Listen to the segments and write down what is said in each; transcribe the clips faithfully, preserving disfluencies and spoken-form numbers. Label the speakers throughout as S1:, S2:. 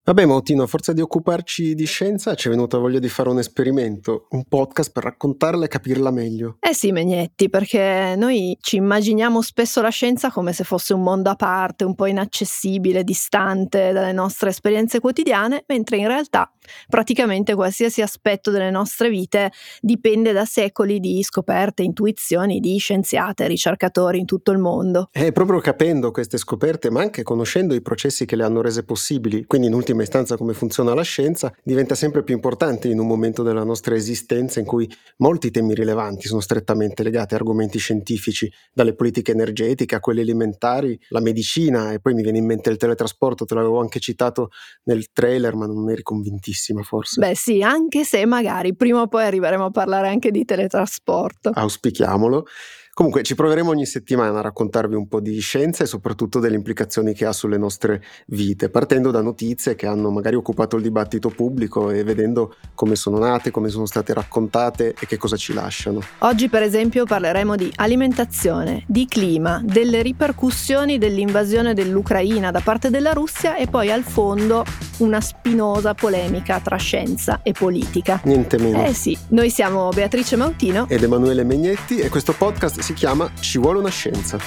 S1: Vabbè, Mautino, a forza di occuparci di scienza ci è venuta voglia di fare un esperimento, un podcast per raccontarla e capirla meglio.
S2: Eh sì, Megnetti, perché noi ci immaginiamo spesso la scienza come se fosse un mondo a parte, un po' inaccessibile, distante dalle nostre esperienze quotidiane, mentre in realtà praticamente qualsiasi aspetto delle nostre vite dipende da secoli di scoperte, intuizioni di scienziate e ricercatori in tutto il mondo.
S1: E proprio capendo queste scoperte, ma anche conoscendo i processi che le hanno rese possibili, quindi in ultima istanza come funziona la scienza, diventa sempre più importante in un momento della nostra esistenza in cui molti temi rilevanti sono strettamente legati a argomenti scientifici, dalle politiche energetiche a quelle alimentari, la medicina, e poi mi viene in mente il teletrasporto, te l'avevo anche citato nel trailer, ma non eri convintissima forse.
S2: Beh sì, anche se magari prima o poi arriveremo a parlare anche di teletrasporto.
S1: Auspichiamolo. Comunque ci proveremo ogni settimana a raccontarvi un po' di scienza e soprattutto delle implicazioni che ha sulle nostre vite, partendo da notizie che hanno magari occupato il dibattito pubblico e vedendo come sono nate, come sono state raccontate e che cosa ci lasciano.
S2: Oggi per esempio parleremo di alimentazione, di clima, delle ripercussioni dell'invasione dell'Ucraina da parte della Russia e poi al fondo una spinosa polemica tra scienza e politica.
S1: Niente meno.
S2: Eh sì, noi siamo Beatrice Mautino
S1: ed Emanuele Megnetti e questo podcast si chiama Ci vuole una scienza.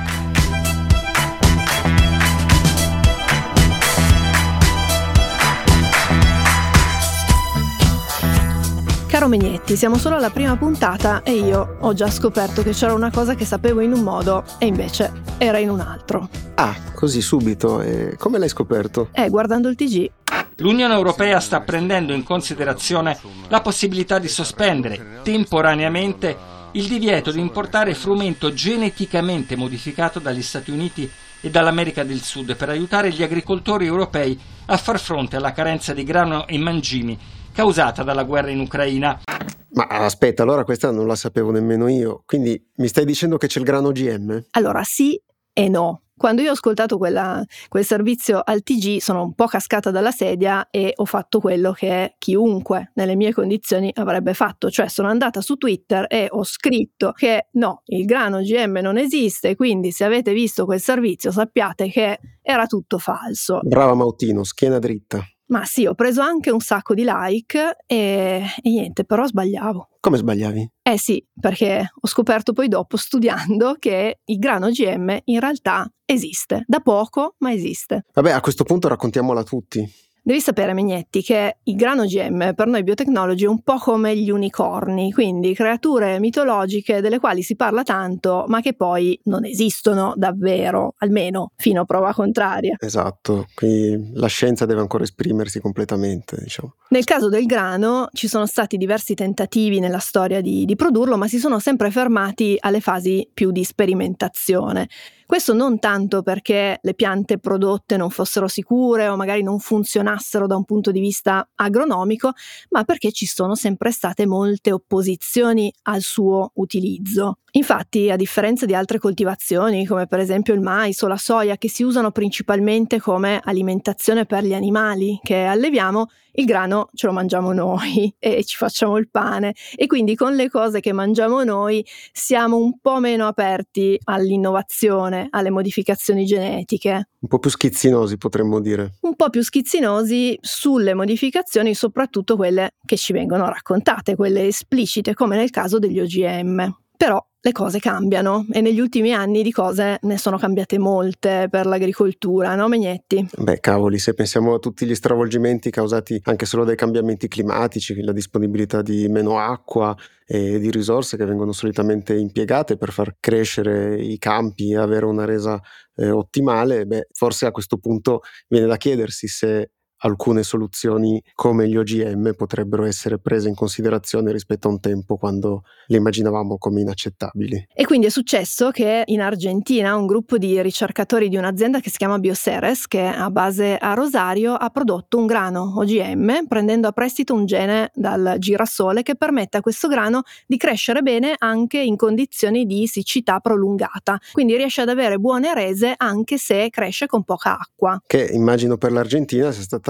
S2: Caro Megnetti, siamo solo alla prima puntata e io ho già scoperto che c'era una cosa che sapevo in un modo e invece era in un altro.
S1: Ah, così subito? E come l'hai scoperto?
S2: Eh, guardando il T G.
S3: L'Unione Europea sta prendendo in considerazione la possibilità di sospendere temporaneamente il divieto di importare frumento geneticamente modificato dagli Stati Uniti e dall'America del Sud per aiutare gli agricoltori europei a far fronte alla carenza di grano e mangimi causata dalla guerra in Ucraina.
S1: Ma aspetta, allora questa non la sapevo nemmeno io, quindi mi stai dicendo che c'è il grano O G M?
S2: Allora sì e no. Quando io ho ascoltato quella, quel servizio al T G sono un po' cascata dalla sedia e ho fatto quello che chiunque nelle mie condizioni avrebbe fatto, cioè sono andata su Twitter e ho scritto che no, il grano O G M non esiste, quindi se avete visto quel servizio sappiate che era tutto falso.
S1: Brava Mautino, schiena dritta.
S2: Ma sì, ho preso anche un sacco di like e, e niente, però sbagliavo.
S1: Come sbagliavi?
S2: Eh sì, perché ho scoperto poi dopo, studiando, che il grano O G M in realtà esiste, da poco, ma esiste.
S1: Vabbè, a questo punto raccontiamola a tutti.
S2: Devi sapere, Megnetti, che il grano O G M per noi biotecnologi è un po' come gli unicorni, quindi creature mitologiche delle quali si parla tanto, ma che poi non esistono davvero, almeno fino a prova contraria.
S1: Esatto, quindi la scienza deve ancora esprimersi completamente, diciamo.
S2: Nel caso del grano ci sono stati diversi tentativi nella storia di, di produrlo, ma si sono sempre fermati alle fasi più di sperimentazione. Questo non tanto perché le piante prodotte non fossero sicure o magari non funzionassero da un punto di vista agronomico, ma perché ci sono sempre state molte opposizioni al suo utilizzo. Infatti, a differenza di altre coltivazioni, come per esempio il mais o la soia, che si usano principalmente come alimentazione per gli animali che alleviamo, il grano ce lo mangiamo noi e ci facciamo il pane, e quindi con le cose che mangiamo noi siamo un po' meno aperti all'innovazione, alle modificazioni genetiche.
S1: Un po' più schizzinosi, potremmo dire.
S2: Un po' più schizzinosi sulle modificazioni, soprattutto quelle che ci vengono raccontate, quelle esplicite, come nel caso degli O G M. Però le cose cambiano e negli ultimi anni di cose ne sono cambiate molte per l'agricoltura, no Megnetti?
S1: Beh, cavoli, se pensiamo a tutti gli stravolgimenti causati anche solo dai cambiamenti climatici, la disponibilità di meno acqua e di risorse che vengono solitamente impiegate per far crescere i campi e avere una resa eh, ottimale, beh, forse a questo punto viene da chiedersi se alcune soluzioni come gli O G M potrebbero essere prese in considerazione rispetto a un tempo quando le immaginavamo come inaccettabili.
S2: E quindi è successo che in Argentina un gruppo di ricercatori di un'azienda che si chiama Bioceres, che ha base a Rosario, ha prodotto un grano O G M prendendo a prestito un gene dal girasole che permette a questo grano di crescere bene anche in condizioni di siccità prolungata, quindi riesce ad avere buone rese anche se cresce con poca acqua.
S1: Che immagino per l'Argentina sia stata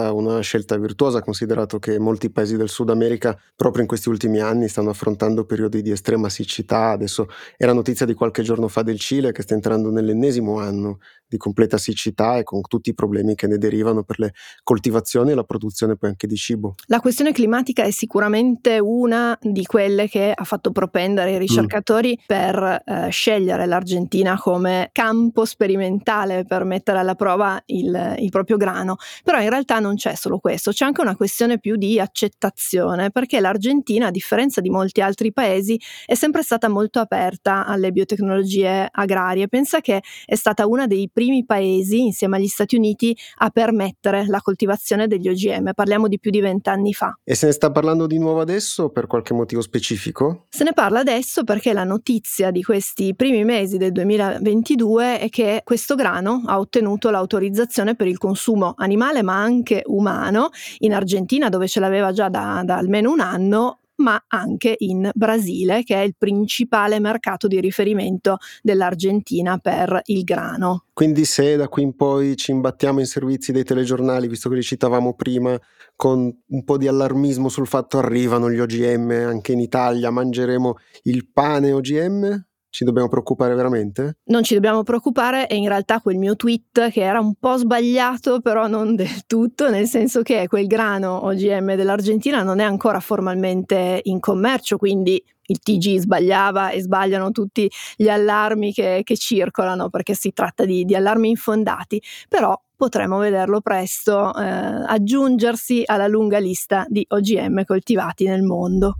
S1: stata una scelta virtuosa, considerato che molti paesi del Sud America proprio in questi ultimi anni stanno affrontando periodi di estrema siccità. Adesso era notizia di qualche giorno fa del Cile che sta entrando nell'ennesimo anno di completa siccità e con tutti i problemi che ne derivano per le coltivazioni e la produzione poi anche di cibo.
S2: La questione climatica è sicuramente una di quelle che ha fatto propendere i ricercatori mm. per eh, scegliere l'Argentina come campo sperimentale per mettere alla prova il, il proprio grano. Però in realtà non c'è solo questo, c'è anche una questione più di accettazione, perché l'Argentina, a differenza di molti altri paesi, è sempre stata molto aperta alle biotecnologie agrarie. Pensa che è stata una dei primi paesi, insieme agli Stati Uniti, a permettere la coltivazione degli O G M. Parliamo di più di vent'anni fa.
S1: E se ne sta parlando di nuovo adesso per qualche motivo specifico?
S2: Se ne parla adesso perché la notizia di questi primi mesi del duemilaventidue è che questo grano ha ottenuto l'autorizzazione per il consumo animale ma anche umano in Argentina, dove ce l'aveva già da, da almeno un anno, ma anche in Brasile, che è il principale mercato di riferimento dell'Argentina per il grano.
S1: Quindi se da qui in poi ci imbattiamo in servizi dei telegiornali, visto che li citavamo prima, con un po' di allarmismo sul fatto arrivano gli O G M anche in Italia, mangeremo il pane O G M? Ci dobbiamo preoccupare veramente?
S2: Non ci dobbiamo preoccupare, e in realtà quel mio tweet, che era un po' sbagliato però non del tutto, nel senso che quel grano O G M dell'Argentina non è ancora formalmente in commercio, quindi il T G sbagliava e sbagliano tutti gli allarmi che, che circolano, perché si tratta di, di allarmi infondati, però potremo vederlo presto eh, aggiungersi alla lunga lista di O G M coltivati nel mondo.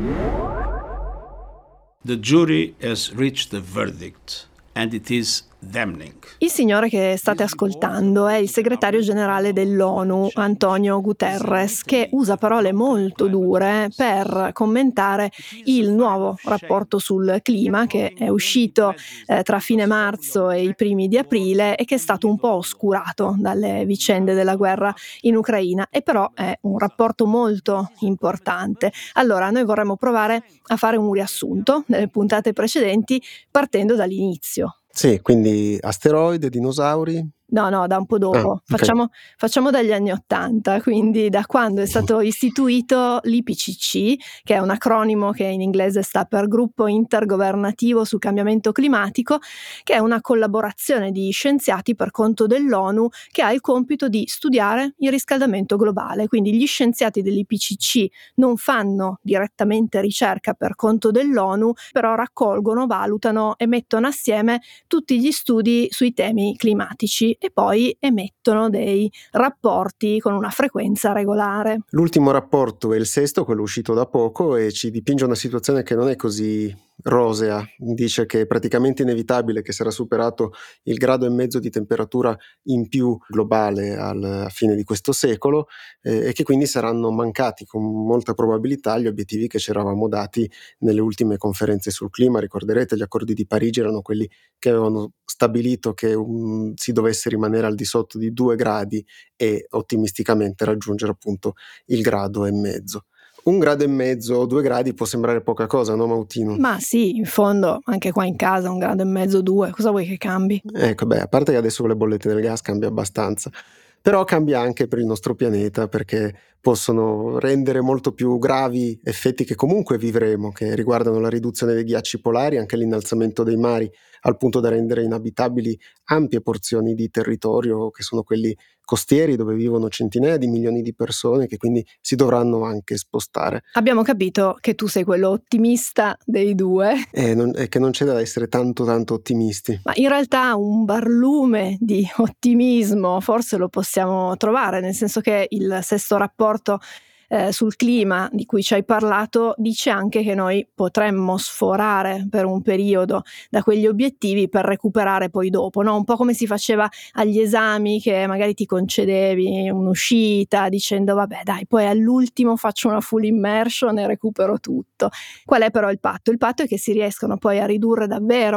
S4: The jury has reached a verdict, and it is damning.
S2: Il signore che state ascoltando è il segretario generale dell'ONU, Antonio Guterres, che usa parole molto dure per commentare il nuovo rapporto sul clima che è uscito eh, tra fine marzo e i primi di aprile e che è stato un po' oscurato dalle vicende della guerra in Ucraina, e però è un rapporto molto importante. Allora, noi vorremmo provare a fare un riassunto delle puntate precedenti partendo dall'inizio.
S1: Sì, quindi asteroide, dinosauri.
S2: No, no, da un po' dopo.
S1: Ah, okay.
S2: Facciamo, facciamo dagli anni Ottanta, quindi da quando è stato istituito l'I P C C, che è un acronimo che in inglese sta per Gruppo Intergovernativo sul Cambiamento Climatico, che è una collaborazione di scienziati per conto dell'ONU che ha il compito di studiare il riscaldamento globale. Quindi gli scienziati dell'I P C C non fanno direttamente ricerca per conto dell'ONU, però raccolgono, valutano e mettono assieme tutti gli studi sui temi climatici e poi emettono dei rapporti con una frequenza regolare.
S1: L'ultimo rapporto è il sesto, quello uscito da poco, e ci dipinge una situazione che non è così rosea. Dice che è praticamente inevitabile che sarà superato il grado e mezzo di temperatura in più globale alla fine di questo secolo eh, e che quindi saranno mancati con molta probabilità gli obiettivi che ci eravamo dati nelle ultime conferenze sul clima. Ricorderete, gli accordi di Parigi erano quelli che avevano stabilito che um, si dovesse rimanere al di sotto di due gradi e ottimisticamente raggiungere appunto il grado e mezzo. Un grado e mezzo o due gradi può sembrare poca cosa, no Mautino?
S2: Ma sì, in fondo anche qua in casa un grado e mezzo, due, cosa vuoi che cambi?
S1: Ecco, beh, a parte che adesso con le bollette del gas cambia abbastanza, però cambia anche per il nostro pianeta, perché possono rendere molto più gravi effetti che comunque vivremo, che riguardano la riduzione dei ghiacci polari, anche l'innalzamento dei mari, al punto da rendere inabitabili ampie porzioni di territorio che sono quelli costieri, dove vivono centinaia di milioni di persone, che quindi si dovranno anche spostare.
S2: Abbiamo capito che tu sei quello ottimista dei due.
S1: E, non, e che non c'è da essere tanto tanto ottimisti.
S2: Ma in realtà un barlume di ottimismo forse lo possiamo trovare, nel senso che il sesto rapporto Eh, sul clima di cui ci hai parlato dice anche che noi potremmo sforare per un periodo da quegli obiettivi per recuperare poi dopo, no? Un po' come si faceva agli esami, che magari ti concedevi un'uscita dicendo vabbè dai, poi all'ultimo faccio una full immersion e recupero tutto. Qual è però il patto? Il patto è che si riescano poi a ridurre davvero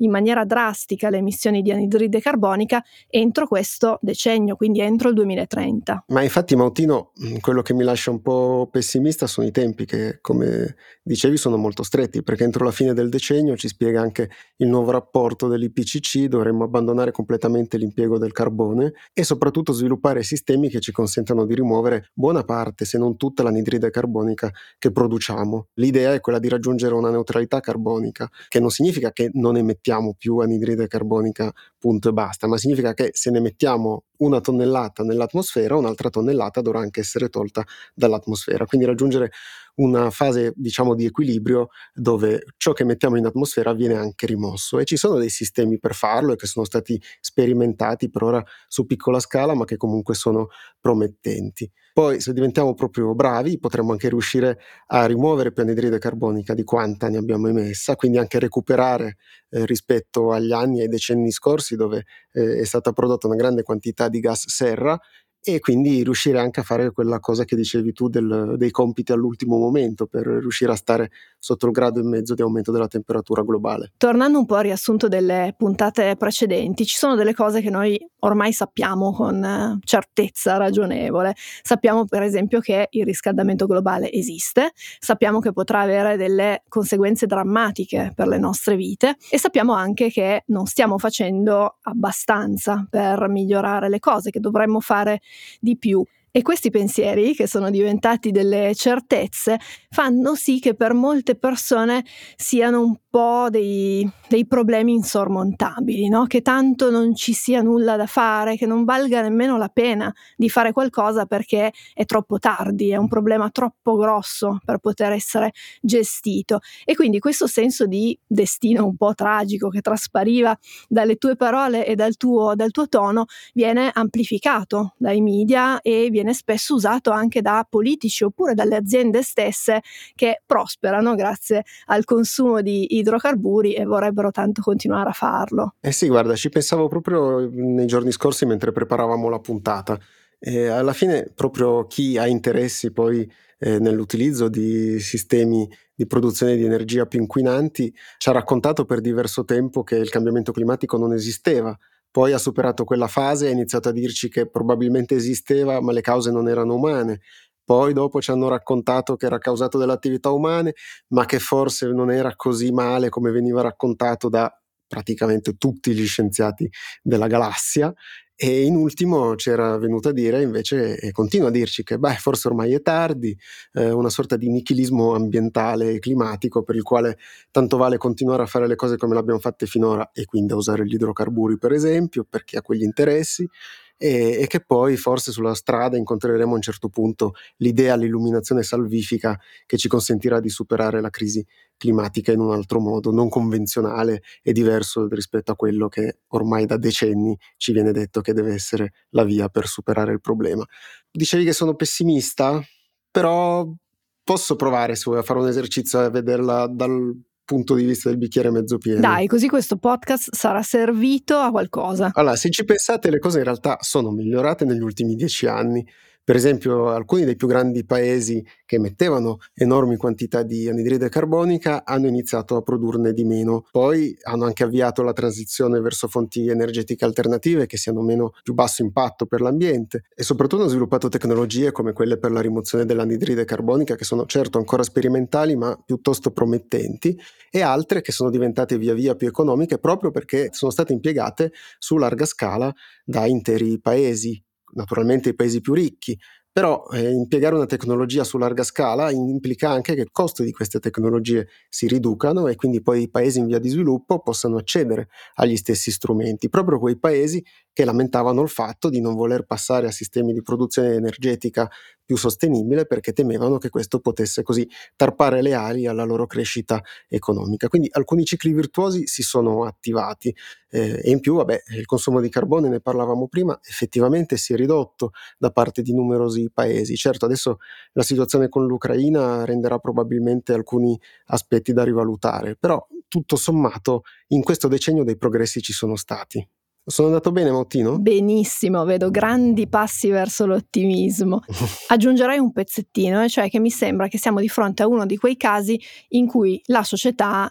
S2: in maniera drastica le emissioni di anidride carbonica entro questo decennio, quindi entro il duemilatrenta.
S1: Ma infatti, Mautino, quello che mi lascia un po' pessimista sono i tempi che, come dicevi, sono molto stretti, perché entro la fine del decennio, ci spiega anche il nuovo rapporto dell'I P C C, dovremmo abbandonare completamente l'impiego del carbone e soprattutto sviluppare sistemi che ci consentano di rimuovere buona parte, se non tutta, l'anidride carbonica che produciamo. L'idea è quella di raggiungere una neutralità carbonica, che non significa che non emettiamo più anidride carbonica, punto e basta, ma significa che se ne emettiamo una tonnellata nell'atmosfera, un'altra tonnellata dovrà anche essere tolta dall'atmosfera, quindi raggiungere una fase, diciamo, di equilibrio dove ciò che mettiamo in atmosfera viene anche rimosso, e ci sono dei sistemi per farlo e che sono stati sperimentati per ora su piccola scala, ma che comunque sono promettenti. Poi, se diventiamo proprio bravi, potremmo anche riuscire a rimuovere più anidride carbonica di quanta ne abbiamo emessa, quindi anche recuperare eh, rispetto agli anni e ai decenni scorsi, dove eh, è stata prodotta una grande quantità di gas serra, e quindi riuscire anche a fare quella cosa che dicevi tu del, dei compiti all'ultimo momento, per riuscire a stare sotto il grado e mezzo di aumento della temperatura globale.
S2: Tornando un po' al riassunto delle puntate precedenti, ci sono delle cose che noi ormai sappiamo con certezza ragionevole. Sappiamo per esempio che il riscaldamento globale esiste, sappiamo che potrà avere delle conseguenze drammatiche per le nostre vite, e sappiamo anche che non stiamo facendo abbastanza per migliorare le cose, che dovremmo fare di più. E questi pensieri, che sono diventati delle certezze, fanno sì che per molte persone siano un po' dei, dei problemi insormontabili, no? Che tanto non ci sia nulla da fare, che non valga nemmeno la pena di fare qualcosa perché è troppo tardi, è un problema troppo grosso per poter essere gestito. E quindi questo senso di destino un po' tragico che traspariva dalle tue parole e dal tuo, dal tuo tono viene amplificato dai media e viene spesso usato anche da politici oppure dalle aziende stesse, che prosperano grazie al consumo di idrocarburi e vorrebbero tanto continuare a farlo.
S1: Eh sì, guarda, ci pensavo proprio nei giorni scorsi mentre preparavamo la puntata. E alla fine proprio chi ha interessi poi eh, nell'utilizzo di sistemi di produzione di energia più inquinanti ci ha raccontato per diverso tempo che il cambiamento climatico non esisteva. Poi ha superato quella fase e ha iniziato a dirci che probabilmente esisteva, ma le cause non erano umane. Poi dopo ci hanno raccontato che era causato dalle attività umane, ma che forse non era così male come veniva raccontato da praticamente tutti gli scienziati della galassia. E in ultimo c'era venuto a dire invece, e continua a dirci, che beh, forse ormai è tardi, eh, una sorta di nichilismo ambientale e climatico per il quale tanto vale continuare a fare le cose come le abbiamo fatte finora, e quindi a usare gli idrocarburi per esempio, per chi ha quegli interessi, e, e che poi forse sulla strada incontreremo a un certo punto l'idea, l'illuminazione salvifica che ci consentirà di superare la crisi climatica in un altro modo, non convenzionale e diverso rispetto a quello che ormai da decenni ci viene detto che deve essere la via per superare il problema. Dicevi che sono pessimista, però posso provare se vuoi a fare un esercizio a vederla dal punto di vista del bicchiere mezzo pieno.
S2: Dai, così questo podcast sarà servito a qualcosa.
S1: Allora, se ci pensate, le cose in realtà sono migliorate negli ultimi dieci anni. Per esempio, alcuni dei più grandi paesi che emettevano enormi quantità di anidride carbonica hanno iniziato a produrne di meno. Poi hanno anche avviato la transizione verso fonti energetiche alternative che siano meno, più basso impatto per l'ambiente, e soprattutto hanno sviluppato tecnologie come quelle per la rimozione dell'anidride carbonica, che sono certo ancora sperimentali ma piuttosto promettenti, e altre che sono diventate via via più economiche proprio perché sono state impiegate su larga scala da interi paesi. Naturalmente i paesi più ricchi, però eh, impiegare una tecnologia su larga scala implica anche che il costo di queste tecnologie si riducano e quindi poi i paesi in via di sviluppo possano accedere agli stessi strumenti, proprio quei paesi che lamentavano il fatto di non voler passare a sistemi di produzione energetica più sostenibile perché temevano che questo potesse così tarpare le ali alla loro crescita economica. Quindi alcuni cicli virtuosi si sono attivati eh, e in più, vabbè, il consumo di carbone, ne parlavamo prima, effettivamente si è ridotto da parte di numerosi paesi. Certo, adesso la situazione con l'Ucraina renderà probabilmente alcuni aspetti da rivalutare, però tutto sommato in questo decennio dei progressi ci sono stati. Sono andato bene, Mautino?
S2: Benissimo, vedo grandi passi verso l'ottimismo. Aggiungerei un pezzettino, cioè che mi sembra che siamo di fronte a uno di quei casi in cui la società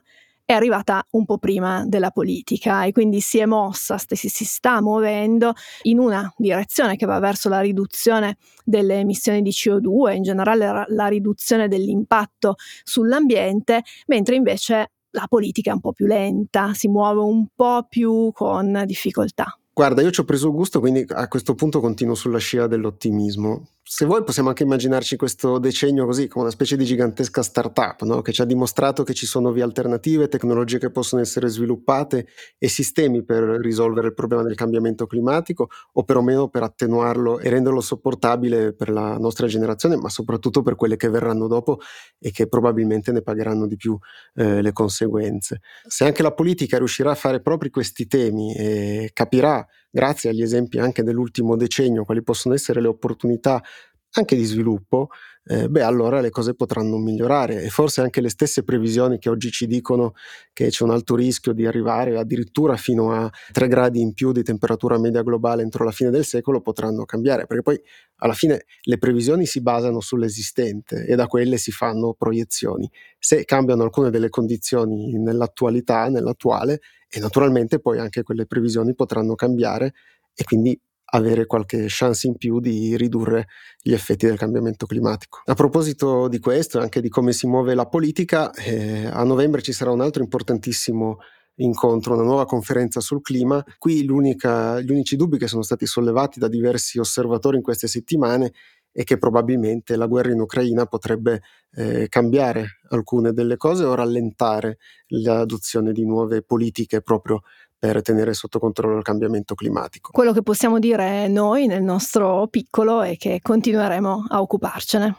S2: è arrivata un po' prima della politica e quindi si è mossa, si, si sta muovendo in una direzione che va verso la riduzione delle emissioni di C O due, in generale la riduzione dell'impatto sull'ambiente, mentre invece la politica è un po' più lenta, si muove un po' più con difficoltà.
S1: Guarda, io ci ho preso gusto, quindi a questo punto continuo sulla scia dell'ottimismo. Se vuoi possiamo anche immaginarci questo decennio così, come una specie di gigantesca startup, no? Che ci ha dimostrato che ci sono vie alternative, tecnologie che possono essere sviluppate e sistemi per risolvere il problema del cambiamento climatico, o perlomeno per attenuarlo e renderlo sopportabile per la nostra generazione, ma soprattutto per quelle che verranno dopo e che probabilmente ne pagheranno di più eh, le conseguenze. Se anche la politica riuscirà a fare propri questi temi e capirà, grazie agli esempi anche dell'ultimo decennio, quali possono essere le opportunità anche di sviluppo, eh, beh allora le cose potranno migliorare e forse anche le stesse previsioni che oggi ci dicono che c'è un alto rischio di arrivare addirittura fino a tre gradi in più di temperatura media globale entro la fine del secolo potranno cambiare, perché poi alla fine le previsioni si basano sull'esistente e da quelle si fanno proiezioni. Se cambiano alcune delle condizioni nell'attualità, nell'attuale, e naturalmente poi anche quelle previsioni potranno cambiare e quindi avere qualche chance in più di ridurre gli effetti del cambiamento climatico. A proposito di questo e anche di come si muove la politica, eh, a novembre ci sarà un altro importantissimo incontro, una nuova conferenza sul clima. Qui l'unica, gli unici dubbi che sono stati sollevati da diversi osservatori in queste settimane è che probabilmente la guerra in Ucraina potrebbe eh, cambiare alcune delle cose o rallentare l'adozione di nuove politiche proprio per tenere sotto controllo il cambiamento climatico.
S2: Quello che possiamo dire noi nel nostro piccolo è che continueremo a occuparcene.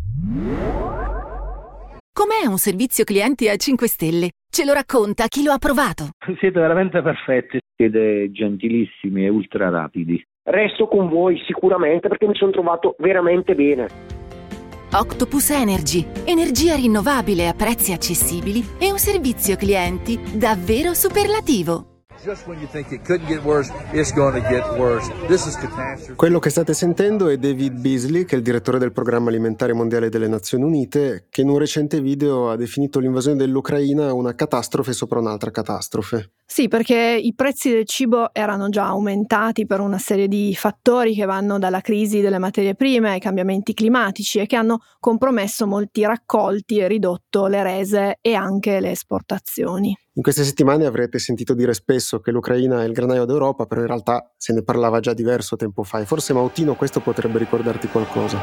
S5: Com'è un servizio clienti a cinque stelle? Ce lo racconta chi lo ha provato.
S6: Siete veramente perfetti. Siete gentilissimi e ultra rapidi.
S7: Resto con voi sicuramente perché mi sono trovato veramente bene.
S5: Octopus Energy, energia rinnovabile a prezzi accessibili e un servizio clienti davvero superlativo.
S1: Quello che state sentendo è David Beasley, che è il direttore del Programma Alimentare Mondiale delle Nazioni Unite, che in un recente video ha definito l'invasione dell'Ucraina una catastrofe sopra un'altra catastrofe.
S2: Sì, perché i prezzi del cibo erano già aumentati per una serie di fattori che vanno dalla crisi delle materie prime ai cambiamenti climatici e che hanno compromesso molti raccolti e ridotto le rese e anche le esportazioni.
S1: In queste settimane avrete sentito dire spesso che l'Ucraina è il granaio d'Europa, però in realtà se ne parlava già diverso tempo fa e forse Mautino questo potrebbe ricordarti qualcosa.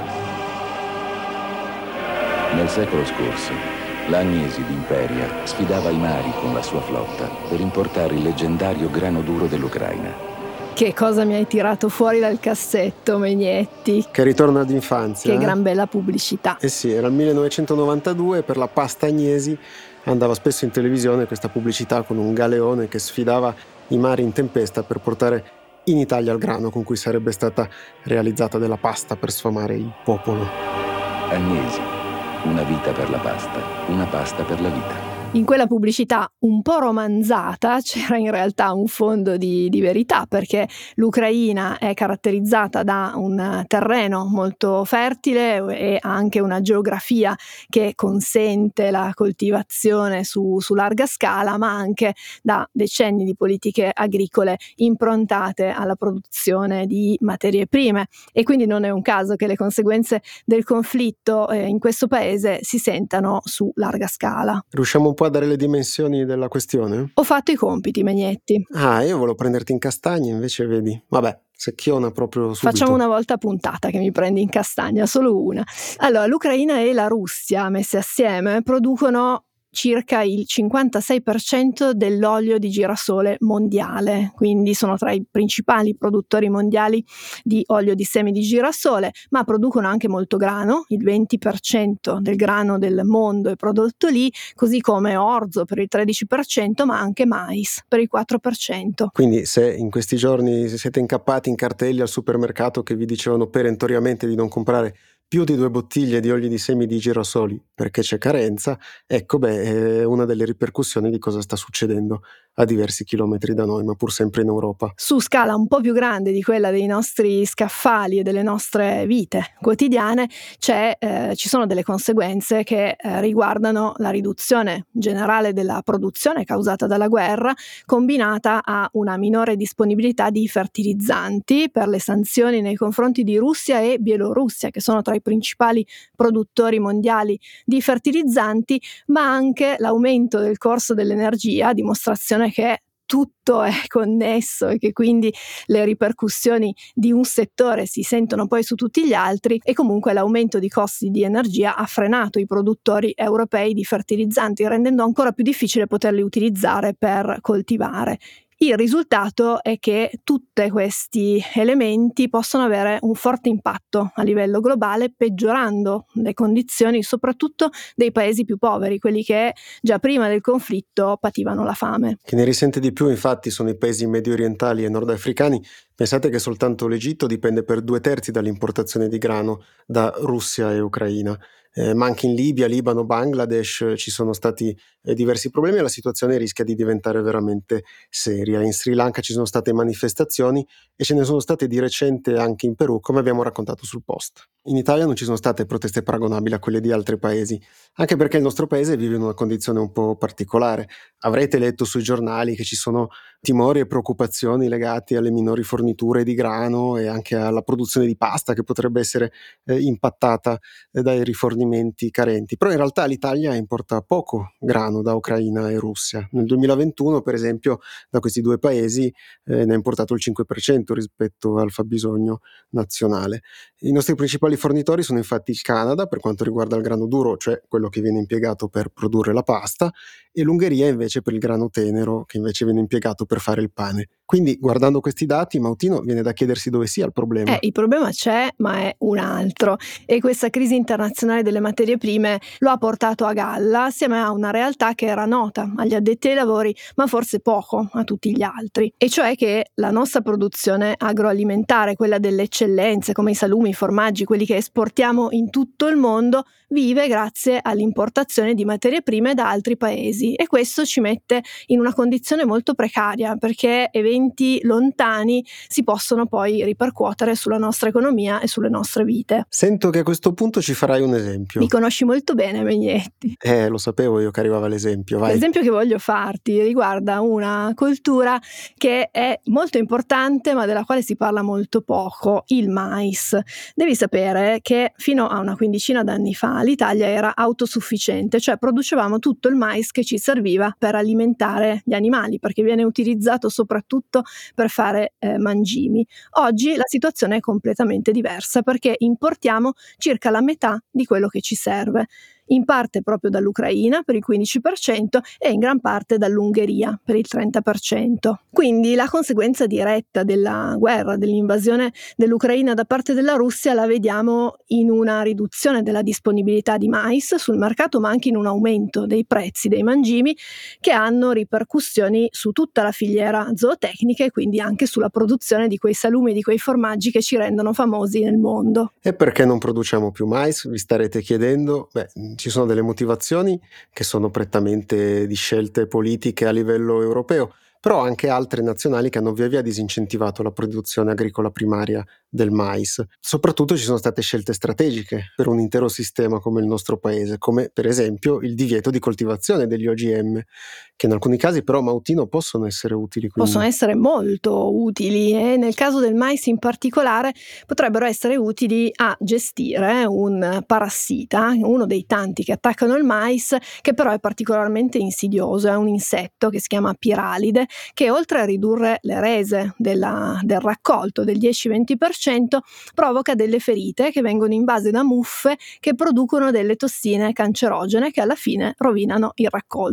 S8: Nel secolo scorso, l'Agnesi d'Imperia sfidava i mari con la sua flotta per importare il leggendario grano duro dell'Ucraina.
S2: Che cosa mi hai tirato fuori dal cassetto, Megnetti?
S1: Che ritorno ad infanzia.
S2: Che
S1: eh?
S2: gran bella pubblicità.
S1: Eh sì, era il millenovecentonovantadue, per la pasta Agnesi andava spesso in televisione questa pubblicità con un galeone che sfidava i mari in tempesta per portare in Italia il grano con cui sarebbe stata realizzata della pasta per sfamare il popolo.
S8: Agnesi, una vita per la pasta, una pasta per la vita.
S2: In quella pubblicità un po' romanzata c'era in realtà un fondo di, di verità, perché l'Ucraina è caratterizzata da un terreno molto fertile e anche una geografia che consente la coltivazione su, su larga scala, ma anche da decenni di politiche agricole improntate alla produzione di materie prime, e quindi non è un caso che le conseguenze del conflitto eh, in questo paese si sentano su larga scala.
S1: Riusciamo un po' a dare le dimensioni della questione?
S2: Ho fatto i compiti, Megnetti.
S1: Ah, io volevo prenderti in castagna, invece vedi. Vabbè, secchiona proprio subito.
S2: Facciamo una volta a puntata che mi prendi in castagna, solo una. Allora, l'Ucraina e la Russia messe assieme producono circa il cinquantasei per cento dell'olio di girasole mondiale, quindi sono tra i principali produttori mondiali di olio di semi di girasole, ma producono anche molto grano, il venti per cento del grano del mondo è prodotto lì, così come orzo per il tredici per cento, ma anche mais per il quattro per cento.
S1: Quindi se in questi giorni siete incappati in cartelli al supermercato che vi dicevano perentoriamente di non comprare più di due bottiglie di oli di semi di girasoli perché c'è carenza, ecco beh, è una delle ripercussioni di cosa sta succedendo a diversi chilometri da noi, ma pur sempre in Europa.
S2: Su scala un po' più grande di quella dei nostri scaffali e delle nostre vite quotidiane c'è, eh, ci sono delle conseguenze che eh, riguardano la riduzione generale della produzione causata dalla guerra, combinata a una minore disponibilità di fertilizzanti per le sanzioni nei confronti di Russia e Bielorussia, che sono tra i principali produttori mondiali di fertilizzanti, ma anche l'aumento del costo dell'energia, dimostrazione che tutto è connesso e che quindi le ripercussioni di un settore si sentono poi su tutti gli altri, e comunque l'aumento di costi di energia ha frenato i produttori europei di fertilizzanti, rendendo ancora più difficile poterli utilizzare per coltivare. Il risultato è che tutti questi elementi possono avere un forte impatto a livello globale, peggiorando le condizioni soprattutto dei paesi più poveri, quelli che già prima del conflitto pativano la fame.
S1: Chi ne risente di più infatti sono i paesi medio orientali e nordafricani. Pensate che soltanto l'Egitto dipende per due terzi dall'importazione di grano da Russia e Ucraina. Eh, ma anche in Libia, Libano, Bangladesh ci sono stati eh, diversi problemi e la situazione rischia di diventare veramente seria. In Sri Lanka ci sono state manifestazioni e ce ne sono state di recente anche in Perù, come abbiamo raccontato sul post. In Italia non ci sono state proteste paragonabili a quelle di altri paesi, anche perché il nostro paese vive in una condizione un po' particolare. Avrete letto sui giornali che ci sono timori e preoccupazioni legati alle minori forniture di grano e anche alla produzione di pasta che potrebbe essere eh, impattata eh, dai rifornimenti carenti. Però in realtà l'Italia importa poco grano da Ucraina e Russia. Nel duemilaventuno, per esempio, da questi due paesi eh, ne ha importato il cinque per cento rispetto al fabbisogno nazionale. I nostri principali fornitori sono infatti il Canada per quanto riguarda il grano duro, cioè quello che viene impiegato per produrre la pasta, e l'Ungheria invece per il grano tenero, che invece viene impiegato per fare il pane. Quindi, guardando questi dati, Mautino, viene da chiedersi dove sia il problema.
S2: Eh, il problema c'è, ma è un altro. E questa crisi internazionale delle materie prime lo ha portato a galla, assieme a una realtà che era nota agli addetti ai lavori, ma forse poco a tutti gli altri. E cioè che la nostra produzione agroalimentare, quella delle eccellenze, come i salumi, i formaggi, quelli che esportiamo in tutto il mondo, vive grazie all'importazione di materie prime da altri paesi, e questo ci mette in una condizione molto precaria, perché eventi lontani si possono poi ripercuotere sulla nostra economia e sulle nostre vite.
S1: Sento che a questo punto ci farai un esempio.
S2: Mi conosci molto bene, Megnetti.
S1: Eh, lo sapevo io che arrivava l'esempio, vai.
S2: L'esempio che voglio farti riguarda una coltura che è molto importante ma della quale si parla molto poco, il mais. Devi sapere che fino a una quindicina d'anni fa l'Italia era autosufficiente, cioè producevamo tutto il mais che ci serviva per alimentare gli animali, perché viene utilizzato soprattutto per fare eh, mangimi. Oggi la situazione è completamente diversa, perché importiamo circa la metà di quello che ci serve, in parte proprio dall'Ucraina per il quindici per cento e in gran parte dall'Ungheria per il trenta per cento. Quindi la conseguenza diretta della guerra, dell'invasione dell'Ucraina da parte della Russia la vediamo in una riduzione della disponibilità di mais sul mercato, ma anche in un aumento dei prezzi dei mangimi, che hanno ripercussioni su tutta la filiera zootecnica e quindi anche sulla produzione di quei salumi, di quei formaggi che ci rendono famosi nel mondo.
S1: E perché non produciamo più mais? Vi starete chiedendo? Beh, ci sono delle motivazioni che sono prettamente di scelte politiche a livello europeo, però anche altre nazionali che hanno via via disincentivato la produzione agricola primaria del mais. Soprattutto ci sono state scelte strategiche per un intero sistema come il nostro paese, come per esempio il divieto di coltivazione degli O G M, che in alcuni casi però, Mautino, possono essere utili. Quindi.
S2: Possono essere molto utili, e nel caso del mais in particolare potrebbero essere utili a gestire un parassita, uno dei tanti che attaccano il mais, che però è particolarmente insidioso. È un insetto che si chiama piralide, che oltre a ridurre le rese della, del raccolto del dieci-venti per cento provoca delle ferite che vengono invase da muffe che producono delle tossine cancerogene che alla fine rovinano il raccolto.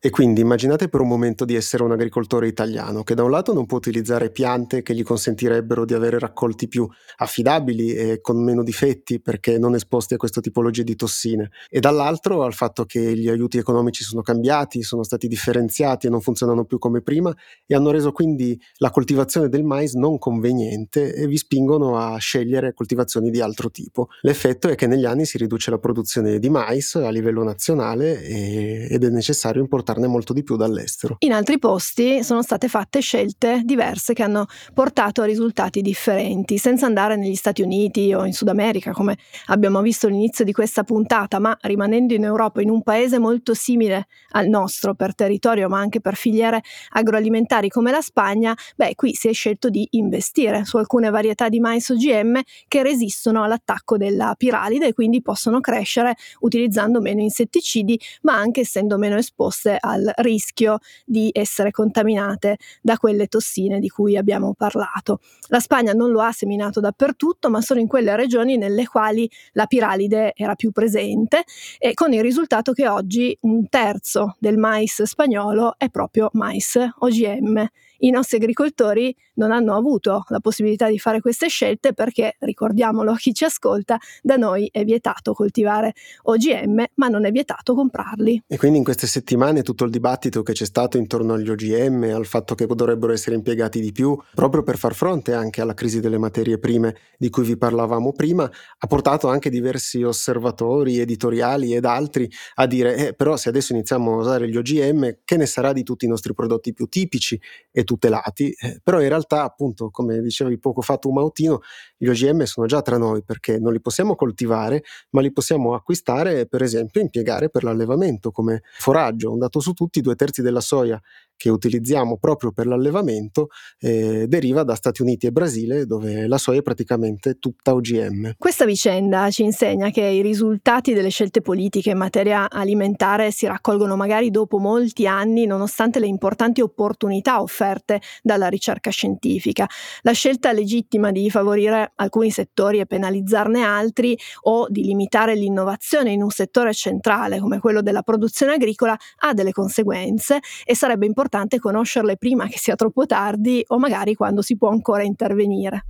S1: E quindi immaginate per un momento di essere un agricoltore italiano che da un lato non può utilizzare piante che gli consentirebbero di avere raccolti più affidabili e con meno difetti perché non esposti a questa tipologia di tossine, e dall'altro al fatto che gli aiuti economici sono cambiati, sono stati differenziati e non funzionano più come prima e hanno reso quindi la coltivazione del mais non conveniente e vi spingono a scegliere coltivazioni di altro tipo. L'effetto è che negli anni si riduce la produzione di mais a livello nazionale e, ed è necessario importare molto di più dall'estero.
S2: In altri posti sono state fatte scelte diverse che hanno portato a risultati differenti, senza andare negli Stati Uniti o in Sud America, come abbiamo visto all'inizio di questa puntata, ma rimanendo in Europa, in un paese molto simile al nostro per territorio, ma anche per filiere agroalimentari come la Spagna. Beh, qui si è scelto di investire su alcune varietà di mais O G M che resistono all'attacco della piralide e quindi possono crescere utilizzando meno insetticidi, ma anche essendo meno esposte al rischio di essere contaminate da quelle tossine di cui abbiamo parlato. La Spagna non lo ha seminato dappertutto, ma solo in quelle regioni nelle quali la piralide era più presente, e con il risultato che oggi un terzo del mais spagnolo è proprio mais O G M. I nostri agricoltori non hanno avuto la possibilità di fare queste scelte perché, ricordiamolo a chi ci ascolta, da noi è vietato coltivare O G M, ma non è vietato comprarli.
S1: E quindi in queste settimane tutto il dibattito che c'è stato intorno agli O G M, al fatto che dovrebbero essere impiegati di più, proprio per far fronte anche alla crisi delle materie prime di cui vi parlavamo prima, ha portato anche diversi osservatori, editoriali ed altri a dire eh, però se adesso iniziamo a usare gli O G M, che ne sarà di tutti i nostri prodotti più tipici e tutelati? Eh, però in realtà, appunto, come dicevi poco fa tu Mautino, gli O G M sono già tra noi perché non li possiamo coltivare, ma li possiamo acquistare e per esempio impiegare per l'allevamento come foraggio. Un dato su tutti: due terzi della soia che utilizziamo proprio per l'allevamento eh, deriva da Stati Uniti e Brasile, dove la soia è praticamente tutta O G M.
S2: Questa vicenda ci insegna che i risultati delle scelte politiche in materia alimentare si raccolgono magari dopo molti anni, nonostante le importanti opportunità offerte dalla ricerca scientifica. La scelta legittima di favorire alcuni settori e penalizzarne altri, o di limitare l'innovazione in un settore centrale come quello della produzione agricola, ha delle conseguenze e sarebbe importante conoscerle prima che sia troppo tardi o magari quando si può ancora intervenire.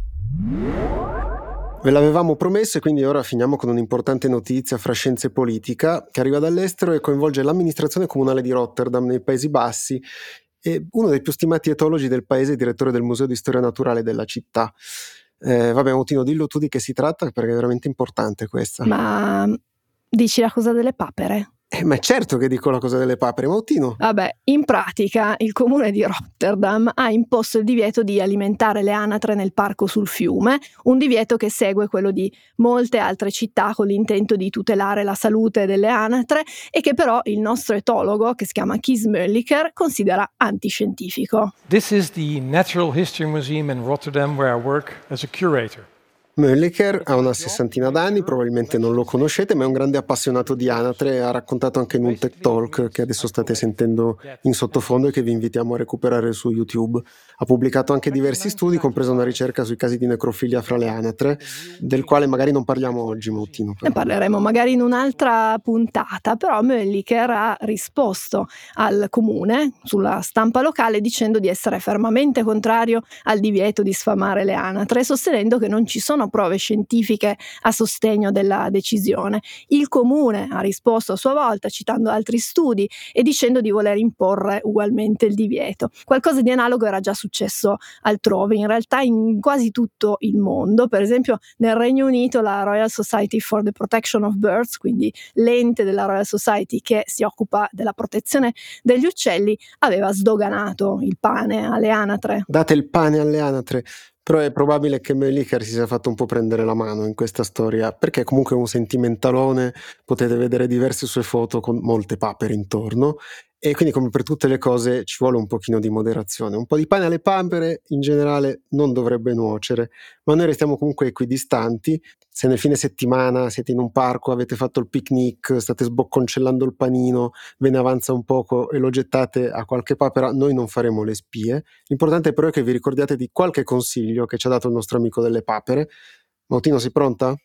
S1: Ve l'avevamo promesso e quindi ora finiamo con un'importante notizia fra scienza e politica che arriva dall'estero e coinvolge l'amministrazione comunale di Rotterdam nei Paesi Bassi e uno dei più stimati etologi del paese, direttore del Museo di Storia Naturale della città. Eh, vabbè, Mautino, dillo tu di che si tratta perché è veramente importante questa.
S2: Ma dici la cosa delle papere?
S1: Eh, ma certo che dico la cosa delle papere, Mautino.
S2: Vabbè, in pratica il comune di Rotterdam ha imposto il divieto di alimentare le anatre nel parco sul fiume, un divieto che segue quello di molte altre città con l'intento di tutelare la salute delle anatre e che però il nostro etologo, che si chiama Kees Mölliker, considera antiscientifico.
S9: This is the Natural History Museum in Rotterdam where I work as a curator.
S1: Mölliker ha una sessantina d'anni, probabilmente non lo conoscete, ma è un grande appassionato di anatre. Ha raccontato anche in un TED Talk che adesso state sentendo in sottofondo e che vi invitiamo a recuperare su YouTube. Ha pubblicato anche diversi studi, compresa una ricerca sui casi di necrofilia fra le anatre, del quale magari non parliamo oggi, Mautino.
S2: Ne parleremo magari in un'altra puntata, però Mölliker ha risposto al comune sulla stampa locale dicendo di essere fermamente contrario al divieto di sfamare le anatre, sostenendo che non ci sono prove scientifiche a sostegno della decisione. Il comune ha risposto a sua volta citando altri studi e dicendo di voler imporre ugualmente il divieto. Qualcosa di analogo era già successo altrove, in realtà in quasi tutto il mondo. Per esempio nel Regno Unito la Royal Society for the Protection of Birds, quindi l'ente della Royal Society che si occupa della protezione degli uccelli, aveva sdoganato il pane alle anatre.
S1: Date il pane alle anatre. Però è probabile che Mölliker si sia fatto un po' prendere la mano in questa storia, perché comunque è un sentimentalone, potete vedere diverse sue foto con molte papere intorno, e quindi come per tutte le cose ci vuole un pochino di moderazione. Un po' di pane alle papere in generale non dovrebbe nuocere, ma noi restiamo comunque equidistanti. Se nel fine settimana siete in un parco, avete fatto il picnic, state sbocconcellando il panino, ve ne avanza un poco e lo gettate a qualche papera, noi non faremo le spie. L'importante però è che vi ricordiate di qualche consiglio che ci ha dato il nostro amico delle papere. Mautino, sei pronta?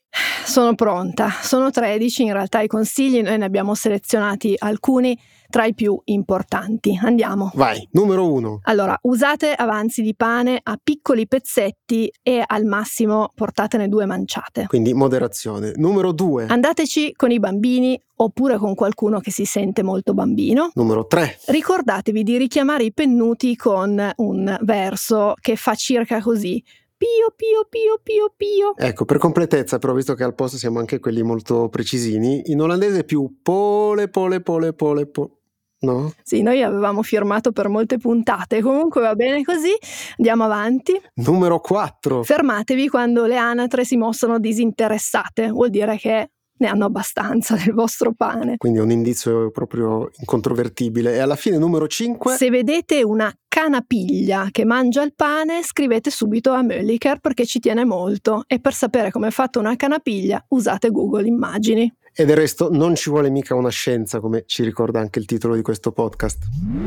S2: sono pronta. Sono tredici in realtà i consigli, noi ne abbiamo selezionati alcuni tra i più importanti. Andiamo.
S1: Vai, numero uno.
S2: Allora, usate avanzi di pane a piccoli pezzetti e al massimo portatene due manciate.
S1: Quindi moderazione. Numero due.
S2: Andateci con i bambini oppure con qualcuno che si sente molto bambino.
S1: Numero tre.
S2: Ricordatevi di richiamare i pennuti con un verso che fa circa così. Pio, pio, pio, pio, pio.
S1: Ecco, per completezza, però, visto che al posto siamo anche quelli molto precisini, in olandese è più pole, pole, pole, pole, pole. No?
S2: Sì, noi avevamo firmato per molte puntate, comunque va bene così, andiamo avanti.
S1: Numero quattro.
S2: Fermatevi quando le anatre si mostrano disinteressate, vuol dire che ne hanno abbastanza del vostro pane.
S1: Quindi è un indizio proprio incontrovertibile. E alla fine numero cinque.
S2: Se vedete una canapiglia che mangia il pane, scrivete subito a Mölliker perché ci tiene molto, e per sapere come è fatta una canapiglia usate Google Immagini.
S1: E del resto non ci vuole mica una scienza, come ci ricorda anche il titolo di questo podcast.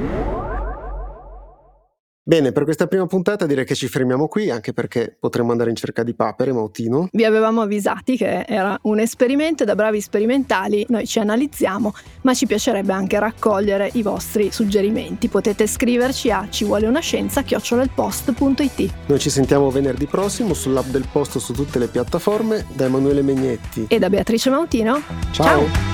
S1: Bene, per questa prima puntata direi che ci fermiamo qui, anche perché potremmo andare in cerca di papere, Mautino.
S2: Vi avevamo avvisati che era un esperimento, da bravi sperimentali noi ci analizziamo, ma ci piacerebbe anche raccogliere i vostri suggerimenti. Potete scriverci a ci vuole una scienza chiocciola il post punto it.
S1: Noi ci sentiamo venerdì prossimo sull'app del Posto, su tutte le piattaforme. Da Emanuele Megnetti
S2: e da Beatrice Mautino.
S1: Ciao! Ciao.